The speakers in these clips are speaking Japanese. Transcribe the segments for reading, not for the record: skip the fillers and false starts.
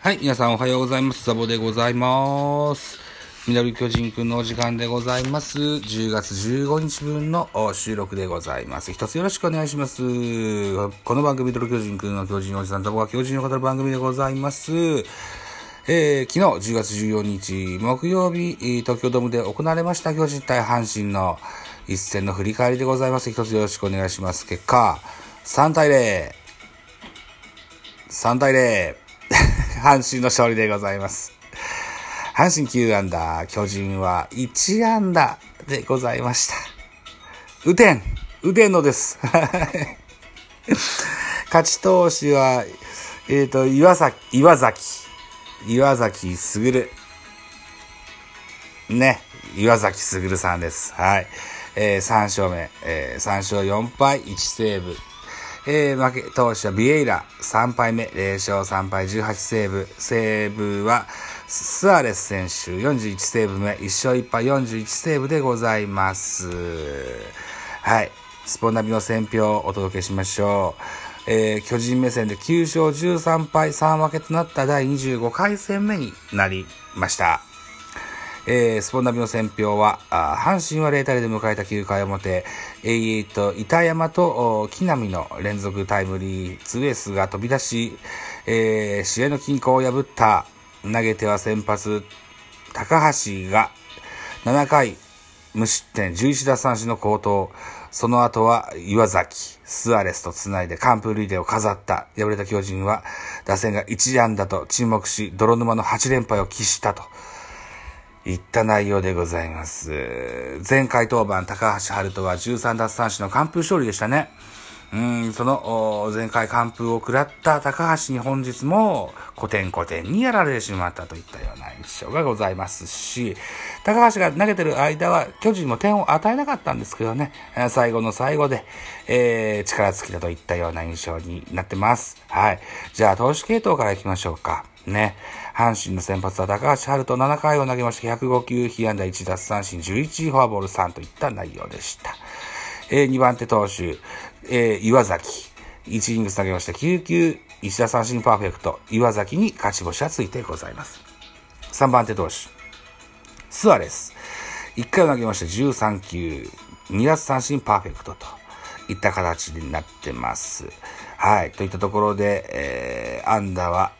はい、皆さんおはようございます。ザボでございます。ミドル巨人くんのお時間でございます。10月15日分の収録でございます。一つよろしくお願いします。この番組ミドル巨人くんの巨人おじさんザボが巨人を語る番組でございます。昨日10月14日木曜日、東京ドームで行われました巨人対阪神の一戦の振り返りでございます。一つよろしくお願いします。結果、3対0。阪神の勝利でございます。阪神9安打、巨人は1安打でございました。打てんのです。勝ち投手は、岩崎卓。ね、岩崎卓さんです。はい。3勝目、3勝4敗1セーブ。負け投手はビエイラ3敗目0勝3敗18セーブ。セーブはスアレス選手41セーブ目1勝1敗41セーブでございます。はい。スポナビの選評をお届けしましょう。巨人目線で9勝13敗3分けとなった第25回戦目になりました。スポナビの選評は、阪神は0対0で迎えた9回表、板山と木浪の連続タイムリーツーベースが飛び出し、試合の均衡を破った。投げては先発、高橋が7回無失点11奪三振の好投。その後は岩崎、スアレスとつないで完封リレーを飾った。敗れた巨人は打線が1安打と沈黙し、泥沼の8連敗を喫したといった内容でございます。前回登板、高橋遥人は13奪三振の完封勝利でしたね。その前回完封を食らった高橋に本日もコテンにやられてしまったといったような印象がございますし、高橋が投げてる間は巨人も点を与えなかったんですけどね、最後の最後で、力尽きたといったような印象になってます。はい。じゃあ投手系統からいきましょうか。ね。阪神の先発は高橋遥人7回を投げまして105球、被安打1奪三振11、フォアボール3といった内容でした。2番手投手、岩崎。1イニングス投げまして9球、1打三振パーフェクト。岩崎に勝ち星はついてございます。3番手投手、スアレス。1回を投げまして13球、2奪三振パーフェクトといった形になってます。はい。といったところで、安打は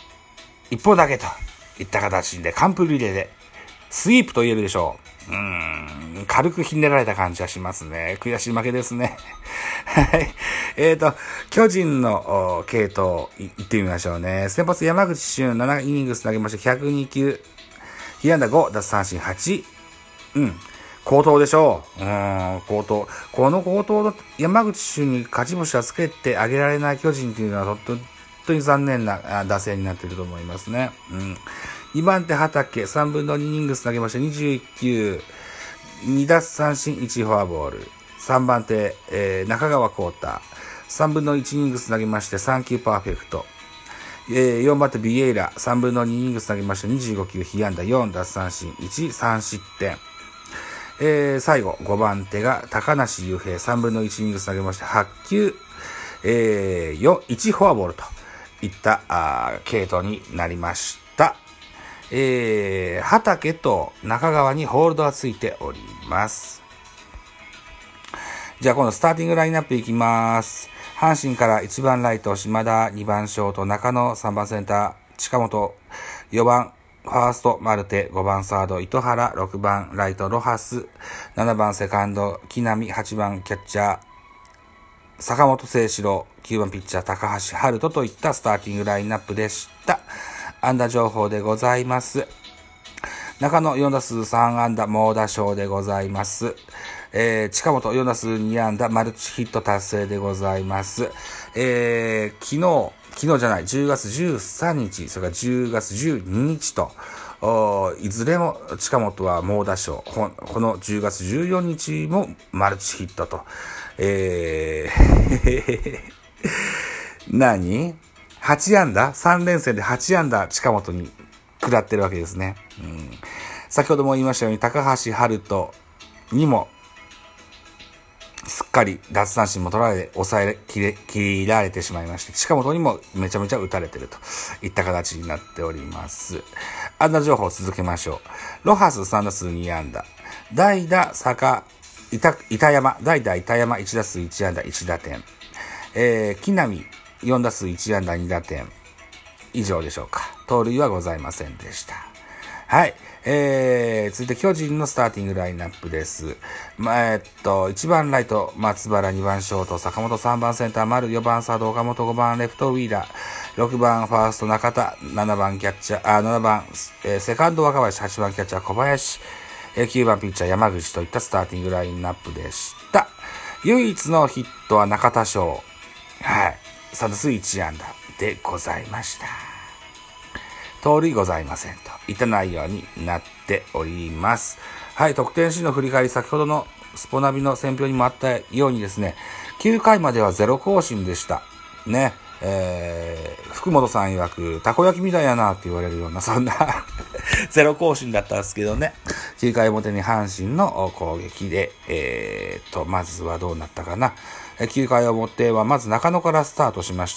1本だけといった形で完封リレーでスイープと言えるでしょう。軽くひねられた感じはしますね。悔しい負けですね。はい。巨人の系統いってみましょうね。先発山口俊7イニングス投げまして102球。被安打5、奪三振8。好投でしょう。好投。この好投の山口俊に勝ち星はつけてあげられない巨人というのは本当に残念な打線になっていると思いますね。2番手畠3分の2イニングス投げまして21球2奪三振1フォアボール。3番手、中川幸太3分の1イニングス投げまして3球パーフェクト。4番手ビエイラ3分の2イニングス投げまして25球被安打4奪三振1、3失点。最後5番手が高梨雄平3分の1イニングス投げまして8球、1フォアボールといった系統になりました。畠と中川にホールドがついております。じゃあ今度スターティングラインナップいきます。阪神から1番ライト島田、2番ショート中野、3番センター近本、4番ファーストマルテ、5番サード糸原、6番ライトロハス、7番セカンド木浪、8番キャッチャー坂本誠志郎、9番ピッチャー高橋遥人といったスターティングラインナップでした。安打情報でございます。中野4打数3安打猛打賞でございます。近本4打数2安打マルチヒット達成でございます。昨日じゃない10月13日それから10月12日といずれも近本は猛打賞、この10月14日もマルチヒットと、何8安打 ?3 連戦で8安打近本に食らってるわけですね。先ほども言いましたように高橋遥人にもすっかかり奪三振も取られ、抑え切られてしまいまして、近本にもめちゃめちゃ打たれてるといった形になっております。安打情報を続けましょう。ロハス3打数2安打。代打板山1打数1安打1打点。木浪4打数1安打2打点。以上でしょうか。盗塁はございませんでした。はい。続いて巨人のスターティングラインナップです。1番ライト、松原、2番ショート、坂本、3番センター、丸、4番サード、岡本、5番レフト、ウィーラー、6番ファースト、中田、7番キャッチャー、7番、セカンド、若林、8番キャッチャー、小林、9番ピッチャー、山口といったスターティングラインナップでした。唯一のヒットは中田翔。はい。3打数1安打でございました。盗塁ございませんといった内容になっております。はい、得点シーンの振り返り、先ほどのスポナビの選評にもあったようにですね、9回まではゼロ更新でした。ね、福本さん曰く、たこ焼きみたいやなって言われるような、そんなゼロ更新だったんですけどね、9回表に阪神の攻撃で、まずはどうなったかな。9回表はまず中野からスタートしまして、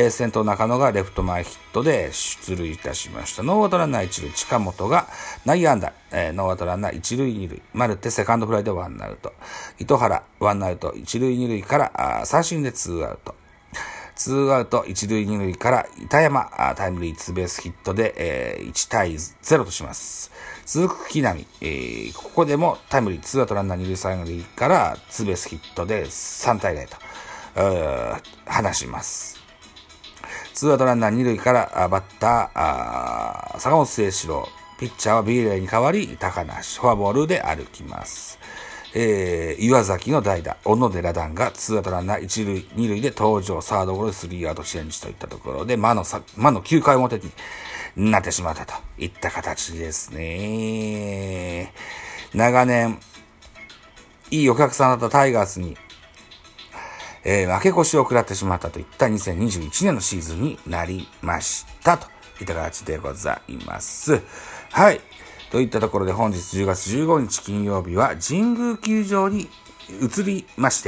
先頭中野がレフト前ヒットで出塁いたしました。ノーアウトランナー1塁、近本が内野安打、ノーアウトランナー1塁2塁、丸ってセカンドフライでワンアウト、糸原ワンアウト1塁2塁から三振でツーアウト。ツーアウト1塁2塁から板山タイムリーツーベースヒットで、1対0とします。続く木浪、ここでもタイムリーツーアウトランナー2塁3塁からツーベースヒットで3対0と離します。ツーアウトランナー2塁からバッター坂本誠志郎、ピッチャーはビーレーに代わり高梨、フォアボールで歩きます。岩崎の代打、小野寺段がツーアウトランナー1塁2塁で登場、サードゴロで3アウトチェンジといったところで魔の9回表になってしまったといった形ですね。長年いいお客さんだったタイガースに、負け越しを食らってしまったといった2021年のシーズンになりましたといった形でございます。はい。といったところで本日10月15日金曜日は神宮球場に移りまして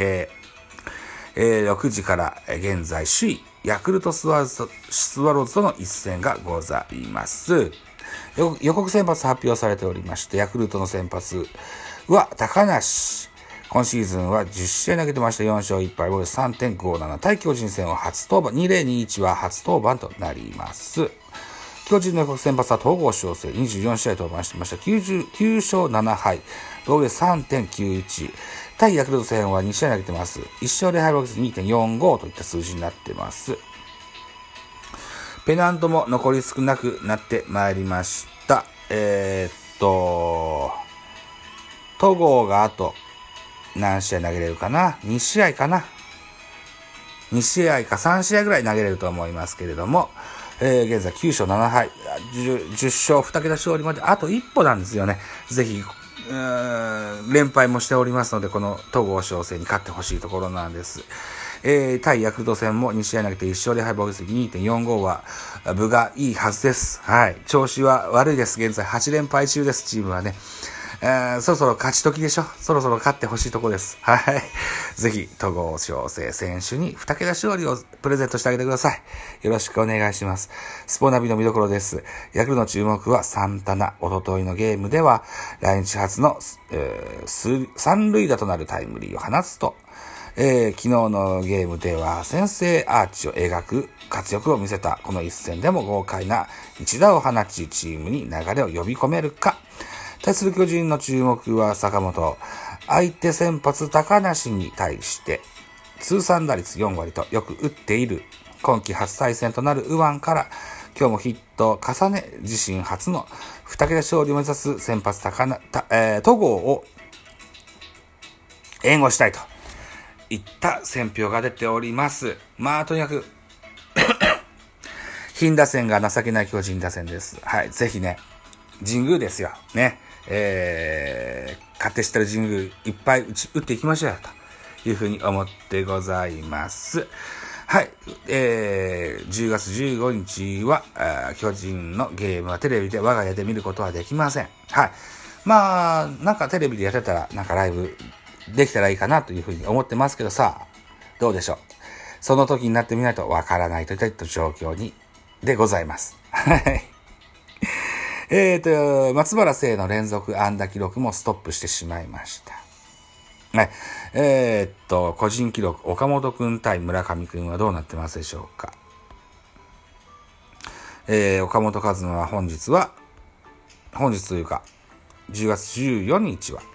、6時から現在首位ヤクルトスワローズとの一戦がございます。予告先発発表されておりまして、ヤクルトの先発は高梨。今シーズンは10試合投げてまして4勝1敗、防御 3.57、対巨人戦は初登板、2021は初登板となります。巨人の予告先発は東郷翔征、24試合登板してました。9勝7敗、防御 3.91。対ヤクルト戦は2試合投げてます。1勝0敗防御率 2.45 といった数字になってます。ペナントも残り少なくなってまいりました。戸郷があと何試合投げれるかな ?2 試合かな ?2 試合か3試合ぐらい投げれると思いますけれども、現在9勝7敗、10勝2桁勝利まであと一歩なんですよね。ぜひ、連敗もしておりますので、この戸郷翔征に勝ってほしいところなんです。対ヤクルト戦も2試合投げて1勝0敗防御率 2.45 は分がいいはずです。はい。調子は悪いです。現在8連敗中です、チームはね。そろそろ勝ち時でしょ。そろそろ勝ってほしいところです。はい。ぜひ、戸郷翔征選手に2桁勝利をプレゼントしてあげてください。よろしくお願いします。スポナビの見どころです。ヤクルトの注目はサンタナ。おとといのゲームでは、来日初の、三塁打となるタイムリーを放つと、昨日のゲームでは先制アーチを描く活躍を見せたこの一戦でも豪快な一打を放ちチームに流れを呼び込めるか。対する巨人の注目は坂本。相手先発高梨に対して通算打率4割とよく打っている今季初対戦となる右腕から今日もヒットを重ね自身初の2桁勝利を目指す先発戸郷を援護したいといった選評が出ております。まあとにかく貧打線が情けない巨人打線です。はい、ぜひね、神宮ですよね。勝手知ったる神宮いっぱい打っていきましょうよというふうに思ってございます。はい、10月15日は巨人のゲームはテレビで我が家で見ることはできません。はい、まあなんかテレビでやってたらなんかライブできたらいいかなというふうに思ってますけどさあ、どうでしょう。その時になってみないとわからないといった状況でございます。はい。松原聖の連続安打記録もストップしてしまいました。はい。個人記録、岡本くん対村上くんはどうなってますでしょうか。岡本和真は本日というか、10月14日は、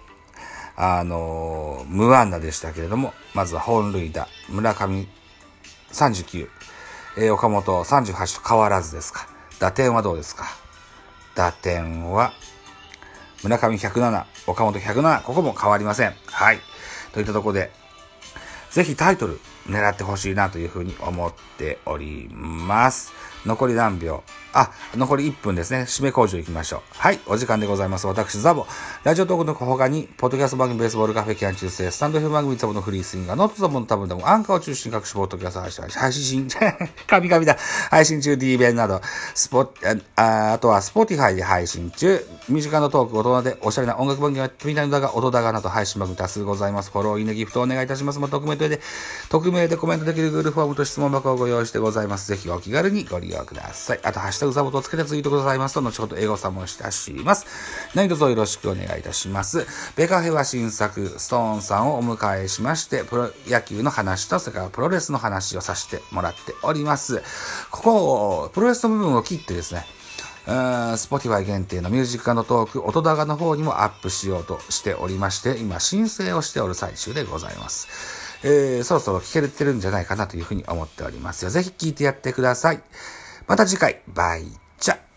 無安打でしたけれども、まずは本塁打、村上39、岡本38と変わらずですか。打点はどうですか。打点は、村上107、岡本107、ここも変わりません。はい。といったところで、ぜひタイトル狙ってほしいなというふうに思っております。残り何秒？残り1分ですね。締め工場行きましょう。はい、お時間でございます。私、ザボ。ラジオトークの他に、ポッドキャスト番組、ベースボールカフェ、キャン中世、スタンド F 番組、ザボのフリースインガー、ノートザボのタブでも、アンカーを中心に各種ポッドキャスト配信配信中 D 弁など、あとはスポティファイで配信中、ミュージカルトーク、大人でおしゃれな音楽番組をやってみたいのだが、音だがなど配信番組多数ございます。フォロー、いいね、ギフトお願いいたします。匿名でコメントできる Google フォームと質問箱をご用意してございます。ぜひお気軽にご利用ください。あと、ハッシュタグザボとをつけてツイートくださいますと、後ほど英語さもいたします。何卒よろしくお願いいたします。ベカフェは新作、ストーンさんをお迎えしまして、プロ野球の話と、それからプロレスの話をさせてもらっております。ここ、プロレスの部分を切ってですね、Spotify 限定のミュージック&トーク、音高の方にもアップしようとしておりまして、今申請をしておる最中でございます。そろそろ聞けてるんじゃないかなというふうに思っておりますよ。ぜひ聞いてやってください。また次回、バイチャ。